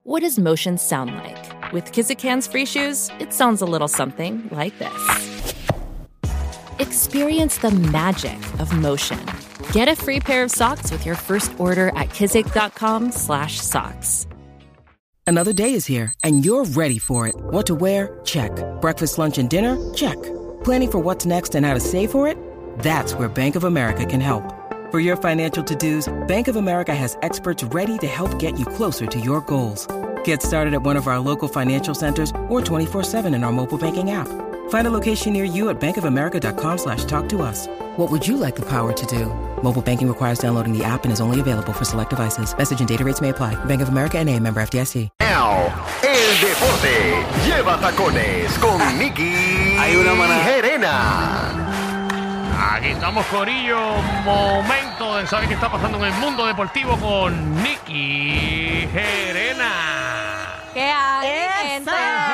What does motion sound like? With Kizik Hands Free Shoes, it sounds a little something like this. Experience the magic of motion. Get a free pair of socks with your first order at kizik.com/socks. Another day is here, and you're ready for it. What to wear? Check. Breakfast, lunch, and dinner? Check. Planning for what's next and how to save for it? That's where Bank of America can help. For your financial to-dos, Bank of America has experts ready to help get you closer to your goals. Get started at one of our local financial centers or 24/7 in our mobile banking app. Find a location near you at bankofamerica.com/talktous. What would you like the power to do? Mobile banking requires downloading the app and is only available for select devices. Message and data rates may apply. Bank of America N.A., member FDIC. El deporte lleva tacones con Nicky Gerena. Aquí estamos, corillo. Momento de saber qué está pasando en el mundo deportivo con Nicky Gerena. ¿Qué hay, gente?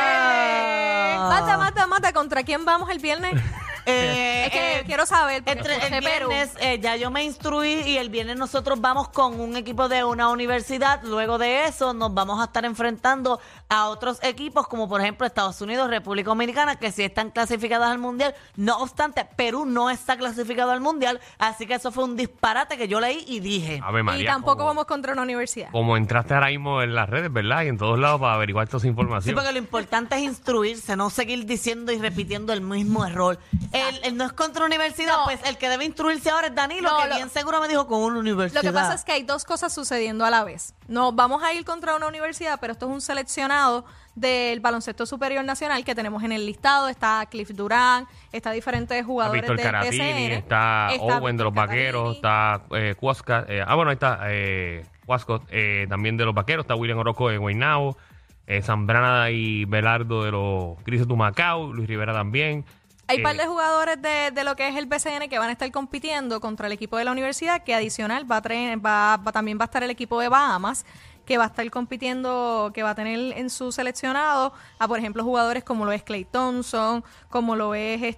Mata. ¿Contra quién vamos el viernes? Es que quiero saber. El viernes ya yo me instruí y el viernes nosotros vamos con un equipo de una universidad. Luego de eso nos vamos a estar enfrentando a otros equipos como por ejemplo Estados Unidos, República Dominicana, que sí están clasificadas al Mundial. No obstante, Perú no está clasificado al Mundial, así que eso fue un disparate que yo leí y dije. Ave María, y tampoco como, vamos contra una universidad. Como entraste ahora mismo en las redes, ¿verdad? Y en todos lados para averiguar toda esa Sí, información. porque lo importante es instruirse, no seguir diciendo y repitiendo el mismo error. Él no es contra universidad, No. pues el que debe instruirse ahora es Danilo, No, que bien seguro me dijo con una universidad. Lo que pasa es que hay dos cosas sucediendo a la vez. No vamos a ir contra una universidad, pero esto es un seleccionado del baloncesto superior nacional que tenemos en el listado. Está Cliff Durán, está diferentes Está jugadores Víctor del Caratini, PCN. está Owen de los Víctor Vaqueros, Caratini. está Cuasca, ahí está Cuasco, también de los Vaqueros, está William Orozco de Guaynabo, Zambrana y Belardo de los Grises de Humacao, Luis Rivera también. Hay un par de jugadores de lo que es el BCN que van a estar compitiendo contra el equipo de la universidad, que adicional también va a estar el equipo de Bahamas, que va a estar compitiendo, que va a tener en su seleccionado a, por ejemplo, jugadores como lo es Klay Thompson, como lo es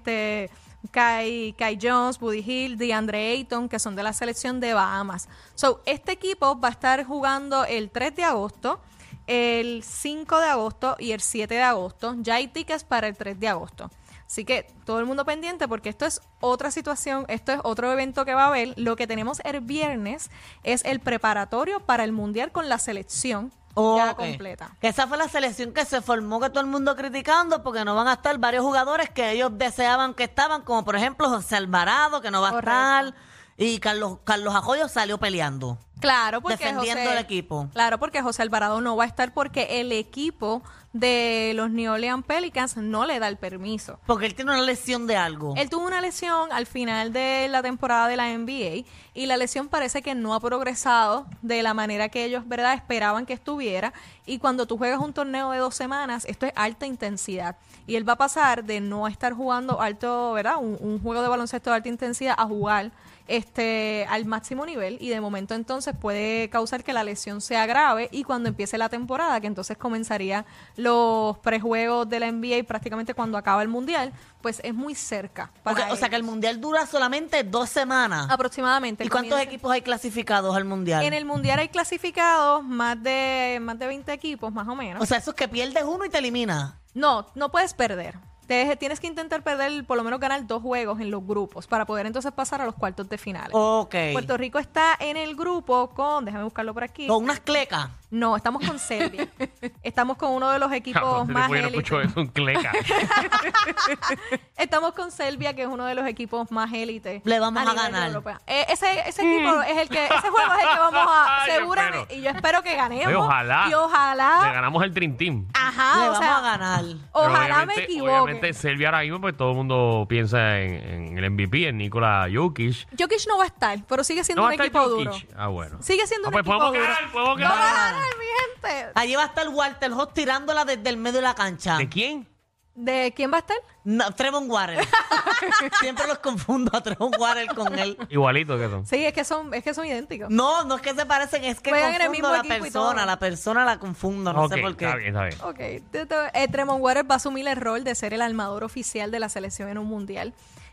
Kai Jones, Buddy Hield, DeAndre Ayton, que son de la selección de Bahamas. So, este equipo va a estar jugando el 3 de agosto, el 5 de agosto y el 7 de agosto. Ya hay tickets para el 3 de agosto. Así que todo el mundo pendiente porque esto es otra situación, esto es otro evento que va a haber. Lo que tenemos el viernes es el preparatorio para el Mundial con la selección ya completa. Que esa fue la selección que se formó, que todo el mundo criticando porque no van a estar varios jugadores que ellos deseaban que estaban, como por ejemplo José Alvarado, que no va a estar, y Carlos Arroyo salió peleando. Claro, porque defendiendo el equipo. Claro, porque José Alvarado no va a estar porque el equipo de los New Orleans Pelicans no le da el permiso. Porque él tiene una lesión de algo. Él tuvo una lesión al final de la temporada de la NBA y la lesión parece que no ha progresado de la manera que ellos, ¿verdad?, esperaban que estuviera. Y cuando tú juegas un torneo de 2 semanas, esto es alta intensidad. Y él va a pasar de no estar jugando alto, ¿verdad?, un juego de baloncesto de alta intensidad a jugar al máximo nivel, y de momento entonces puede causar que la lesión sea grave, y cuando empiece la temporada, que entonces comenzaría los prejuegos de la NBA prácticamente cuando acaba el Mundial, pues es muy cerca para o sea que el Mundial dura solamente 2 semanas. Aproximadamente. ¿Y cuántos equipos hay clasificados al Mundial? En el Mundial hay clasificados más de 20 equipos, más o menos. O sea, eso es que pierdes uno y te eliminas. No puedes perder. Tienes que intentar perder, por lo menos ganar 2 juegos en los grupos para poder entonces pasar a los cuartos de finales. Ok. Puerto Rico está en el grupo déjame buscarlo por aquí. Con unas clecas. No, estamos con Serbia. Estamos con uno de los equipos más élite. Un cleca. Estamos con Serbia, que es uno de los equipos más élite. Le vamos a nivel ganar. europeo. Ese equipo es ese juego es el que vamos a seguramente, y yo espero que ganemos. Ojalá. Y ojalá. Le ganamos el Dream Team. Ajá, Le o vamos sea, a ganar. Ojalá me equivoque. Obviamente Serbia ahora mismo, pues todo el mundo piensa en el MVP, en Nikola Jokic. Jokic no va a estar, pero sigue siendo ¿No un va a estar equipo Jokic? duro. Ah, bueno. Sigue siendo un pues equipo podemos duro. ganar, podemos Vamos a ganar. ganar, mi gente. Allí va a estar Walter Host tirándola desde el medio de la cancha. ¿De quién? ¿De quién va a estar? No, Trevon Water. Siempre los confundo a Trevon Water con él. Igualito que son. Sí, es que son idénticos. No es que se parecen, es que Juegan en el confundo mismo a la equipo y persona. todo. La persona la confundo, no Ok, sé por qué. está bien. Ok. Tremont Waters va a asumir el rol de ser el armador oficial de la selección en un mundial.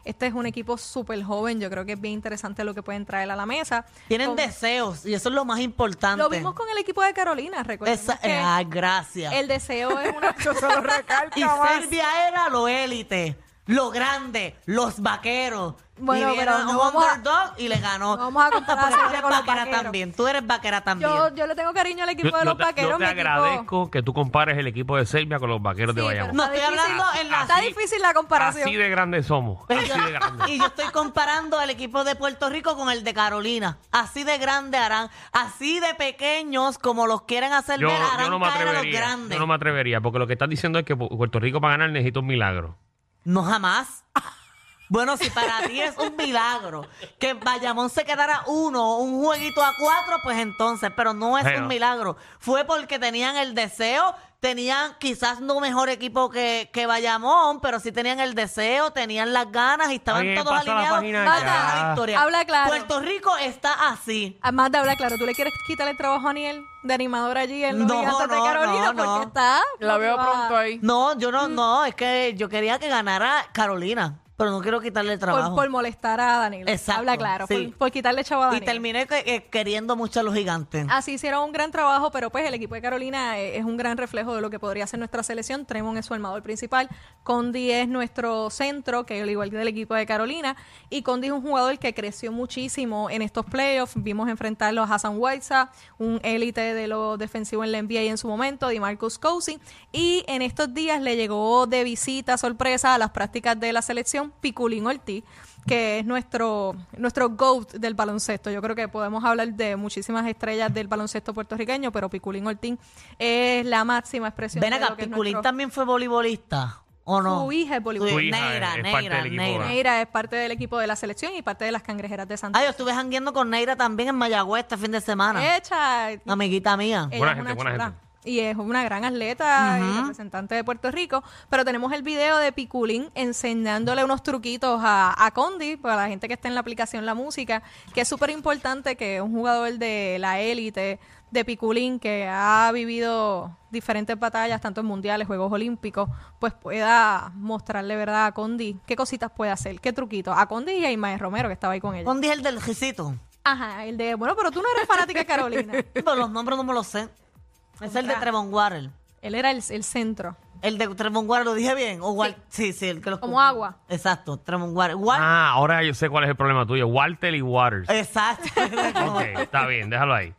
Este es un equipo súper joven. Yo creo que es bien interesante lo que pueden traer a la mesa. Tienen deseos y eso es lo más importante. Lo vimos con el equipo de Carolina, recuerden. Ay, gracias. El deseo es una cosa, lo recalca Y más. Serbia era lo élite, lo grande, los vaqueros. Bueno, y vieron pero no un vamos a- underdog y le ganó. no vamos a comparar Porque a tú Serbia eres con los vaquera vaqueros. también. Tú eres vaquera también. Yo le tengo cariño al equipo de los Yo vaqueros. te mi equipo- agradezco que tú compares el equipo de Serbia con los vaqueros de Sí, Bayamón. No, está estoy difícil. hablando en la- Está difícil la comparación. Así de grandes somos. Así de grandes. Y yo estoy comparando el equipo de Puerto Rico con el de Carolina. Así de grande harán, así de pequeños como los quieren hacer Yo, ver, yo harán no me caer a los atrevería. grandes. Yo no me atrevería, porque lo que estás diciendo es que Puerto Rico para ganar necesita un milagro. No, jamás. Bueno, si para ti es un milagro que Bayamón se quedara un jueguito a 4, pues entonces, pero no es Pero- un milagro. Fue porque tenían el deseo, tenían quizás no mejor equipo que Bayamón, pero sí tenían el deseo, tenían las ganas y estaban Oye, todos pasa la alineados página para ya. ganar la victoria. Habla claro. Puerto Rico está así. Amanda, habla claro. ¿Tú le quieres quitar el trabajo a Aniel de animador allí en los No, Gigantes de no, Carolina? no, no. Porque está... La veo pronto ahí. No, yo no, es que yo quería que ganara Carolina, pero no quiero quitarle el trabajo. Por molestar a Danilo. Exacto, Habla claro. sí. Por quitarle chavo a Y Danilo. terminé queriendo mucho a los gigantes. Así hicieron un gran trabajo, pero pues el equipo de Carolina es un gran reflejo de lo que podría ser nuestra selección. Tremont es su armador principal, Condi es nuestro centro, que es al igual que del equipo de Carolina, y Condi es un jugador que creció muchísimo en estos playoffs. Vimos enfrentarlo a Hassan Whiteside, un élite de lo defensivo en la NBA en su momento, DeMarcus Cousins, y en estos días le llegó de visita sorpresa a las prácticas de la selección Piculín Ortiz, que es nuestro GOAT del baloncesto. Yo creo que podemos hablar de muchísimas estrellas del baloncesto puertorriqueño, pero Piculín Ortiz es la máxima expresión Ven de acá, lo que es Piculín nuestro... también fue voleibolista, ¿o no? Su hija es voleibolista. Su hija Neira, es parte del equipo. Neira. Neira es parte del equipo de la selección y parte de las cangrejeras de Santa Ah, yo estuve jangueando con Neira también en Mayagüez este fin de semana. Hecha. Amiguita mía. Ella Buena es gente, una buena chula. gente. Y es una gran atleta y representante de Puerto Rico. Pero tenemos el video de Piculín enseñándole unos truquitos a Condi, para la gente que está en la aplicación La Música, que es súper importante que un jugador de la élite de Piculín, que ha vivido diferentes batallas, tanto en mundiales, Juegos Olímpicos, pues pueda mostrarle, ¿verdad?, a Condi qué cositas puede hacer, qué truquitos. A Condi y a Ismael Romero, que estaba ahí con ella. Condi es el del Gisito. Ajá, el de, bueno, pero tú no eres fanática de Carolina. Pero los nombres no me los sé. Es el de Trevon Water. Él era el centro. El de Trevon Water, ¿lo dije bien? O sí, el que los Como agua. Exacto, Trevon Water. Ah, ahora yo sé cuál es el problema tuyo. Walter y Waters. Exacto. Ok, está bien, déjalo ahí.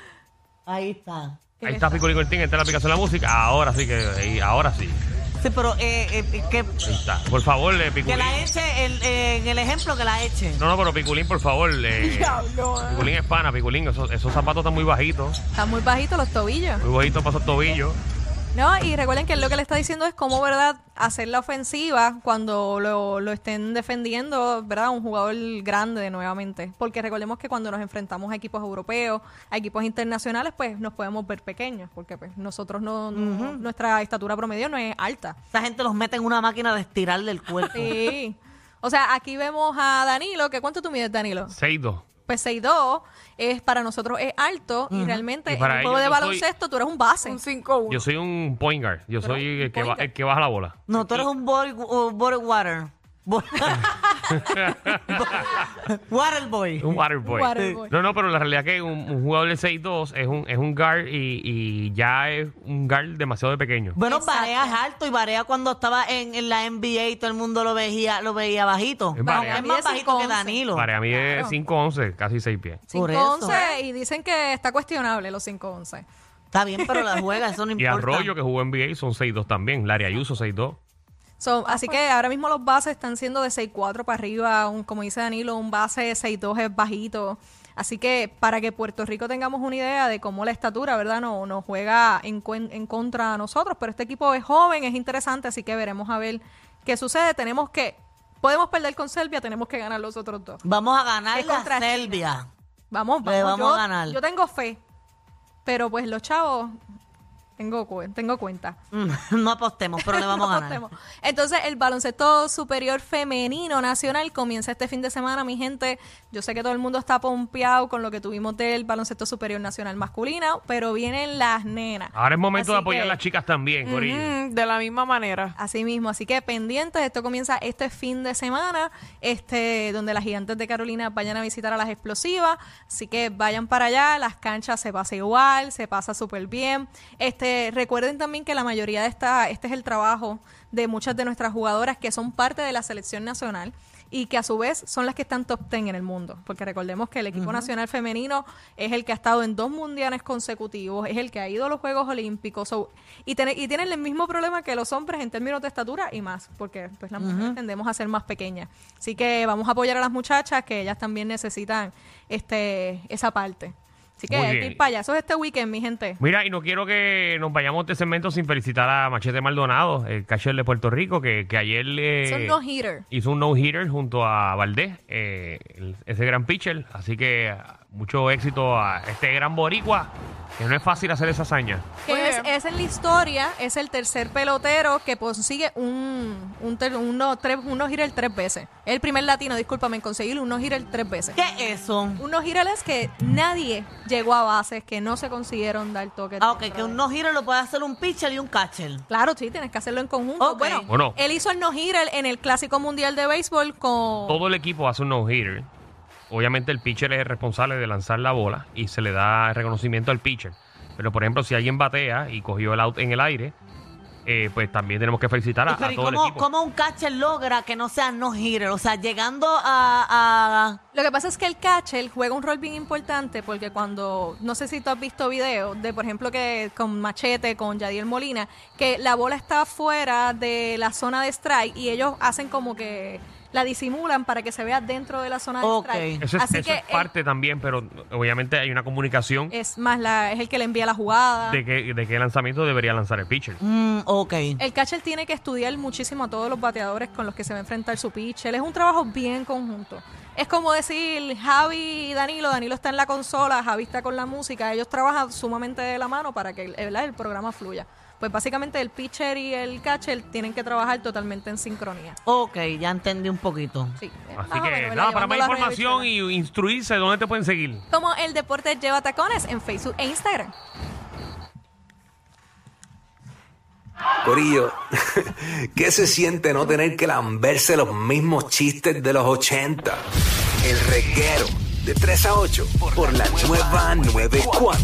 Ahí está. Ahí está Piculín Cortín, está en la aplicación de la música. Ahora sí ahora sí. Sí, pero Ahí está. Por favor, que Piculín. la eche, en el ejemplo que la eche. No, pero Piculín, por favor. Piculín es pana, Piculín. Esos zapatos están muy bajitos. Están muy bajitos los tobillos. Muy bajitos para esos tobillos. No, y recuerden que él lo que le está diciendo es cómo, ¿verdad?, hacer la ofensiva cuando lo estén defendiendo, ¿verdad?, un jugador grande nuevamente. Porque recordemos que cuando nos enfrentamos a equipos europeos, a equipos internacionales, pues nos podemos ver pequeños, porque pues nosotros nuestra estatura promedio no es alta. Esa gente los mete en una máquina de estirarle el cuerpo. Sí. O sea, aquí vemos a Danilo, que ¿cuánto tú mides, Danilo? 6'2". Pues 6'2", para nosotros es alto, y realmente Y en para un juego ellos de yo soy- baloncesto tú eres un base. Un 5-1. Yo soy un point guard. Yo soy el que, point guard. el que baja la bola. No, tú eres un body water. Water boy. Un water boy. Water boy. No, pero la realidad es que un jugador de 6'2" es un guard y ya es un guard demasiado pequeño. Bueno, Exacto. Barea es alto y Barea cuando estaba en la NBA y todo el mundo lo veía bajito. Es Barea. Es más Mide bajito que 5'11". Danilo. Para mí es Claro. 5'11", casi 6 pies. Por eso. 5'11", y dicen que está cuestionable los 5'11". Está bien, pero la juega, eso no Y importa. Arroyo, que jugó en NBA, son 6'2" también. Larry Ayuso, 6'2". Así que ahora mismo los bases están siendo de 6'4" para arriba, como dice Danilo, un base de 6'2" es bajito. Así que para que Puerto Rico tengamos una idea de cómo la estatura, ¿verdad?, no juega en contra de nosotros, pero este equipo es joven, es interesante, así que veremos a ver qué sucede. Podemos perder con Serbia, tenemos que ganar los otros dos. Vamos a ganar Es la contra China. Serbia. Vamos, Le vamos yo, a ganar. Yo tengo fe, pero pues los chavos Tengo cuenta. No apostemos, pero le vamos a ganar. Apostemos. Entonces, el baloncesto superior femenino nacional comienza este fin de semana, mi gente. Yo sé que todo el mundo está pompeado con lo que tuvimos del baloncesto superior nacional masculino, pero vienen las nenas. Ahora es momento Así de apoyar que- a las chicas también, Corillo. De la misma manera. Así mismo, así que pendientes, esto comienza este fin de semana, donde las Gigantes de Carolina vayan a visitar a las Explosivas, así que vayan para allá, las canchas se pasa igual, se pasa súper bien. Recuerden también que la mayoría de este es el trabajo de muchas de nuestras jugadoras que son parte de la selección nacional y que a su vez son las que están top 10 en el mundo, porque recordemos que el equipo nacional femenino es el que ha estado en 2 mundiales consecutivos, es el que ha ido a los Juegos Olímpicos y tienen el mismo problema que los hombres en términos de estatura y más, porque pues las mujeres tendemos a ser más pequeñas. Así que vamos a apoyar a las muchachas que ellas también necesitan esa parte. Así que Muy hay que bien. ir para allá. Eso es este weekend, mi gente. Mira, y no quiero que nos vayamos de segmento sin felicitar a Machete Maldonado, el catcher de Puerto Rico, que ayer Son no-hitter. hizo un no-hitter junto a Valdés, ese gran pitcher. Así que mucho éxito a este gran boricua, que no es fácil hacer esa hazaña. Muy Que bien. es en la historia, es el tercer pelotero que consigue un no-hitter 3 veces. Es el primer latino, discúlpame, en conseguir un no-hitter 3 veces. ¿Qué es eso? Un no-hitter es que nadie llegó a bases, que no se consiguieron dar toque. Ah, ok, que un no-hitter lo puede hacer un pitcher y un catcher. Claro, sí, tienes que hacerlo en conjunto. Ok. Bueno. Él hizo el no-hitter en el Clásico Mundial de Béisbol con... Todo el equipo hace un no-hitter. Obviamente el pitcher es el responsable de lanzar la bola y se le da reconocimiento al pitcher. Pero, por ejemplo, si alguien batea y cogió el out en el aire, pues también tenemos que felicitar a Pero, ¿y todo el cómo, equipo. cómo un catcher logra que no sea no-hitter? O sea, llegando a... Lo que pasa es que el catcher juega un rol bien importante porque cuando, no sé si tú has visto videos de, por ejemplo, que con Machete, con Yadiel Molina, que la bola está fuera de la zona de strike y ellos hacen como que la disimulan para que se vea dentro de la zona de Ok. strike. Eso es, Así eso que es parte también, pero obviamente hay una comunicación es más es el que le envía la jugada. de qué lanzamiento debería lanzar el pitcher. ok. El catcher tiene que estudiar muchísimo a todos los bateadores con los que se va a enfrentar su pitcher. Es un trabajo bien conjunto. Es como decir Javi y Danilo. Danilo está en la consola, Javi está con la música. Ellos trabajan sumamente de la mano para que el programa fluya. Pues básicamente el pitcher y el catcher tienen que trabajar totalmente en sincronía. Ok, ya entendí un poquito. Sí, Así más o que menos, ¿verdad? nada, para más Llevando la información revista. y instruirse, ¿dónde te pueden seguir? Como el deporte lleva tacones en Facebook e Instagram. Corillo, ¿qué se siente no tener que lamberse los mismos chistes de los 80? El reguero de 3 a 8 por la nueva 94.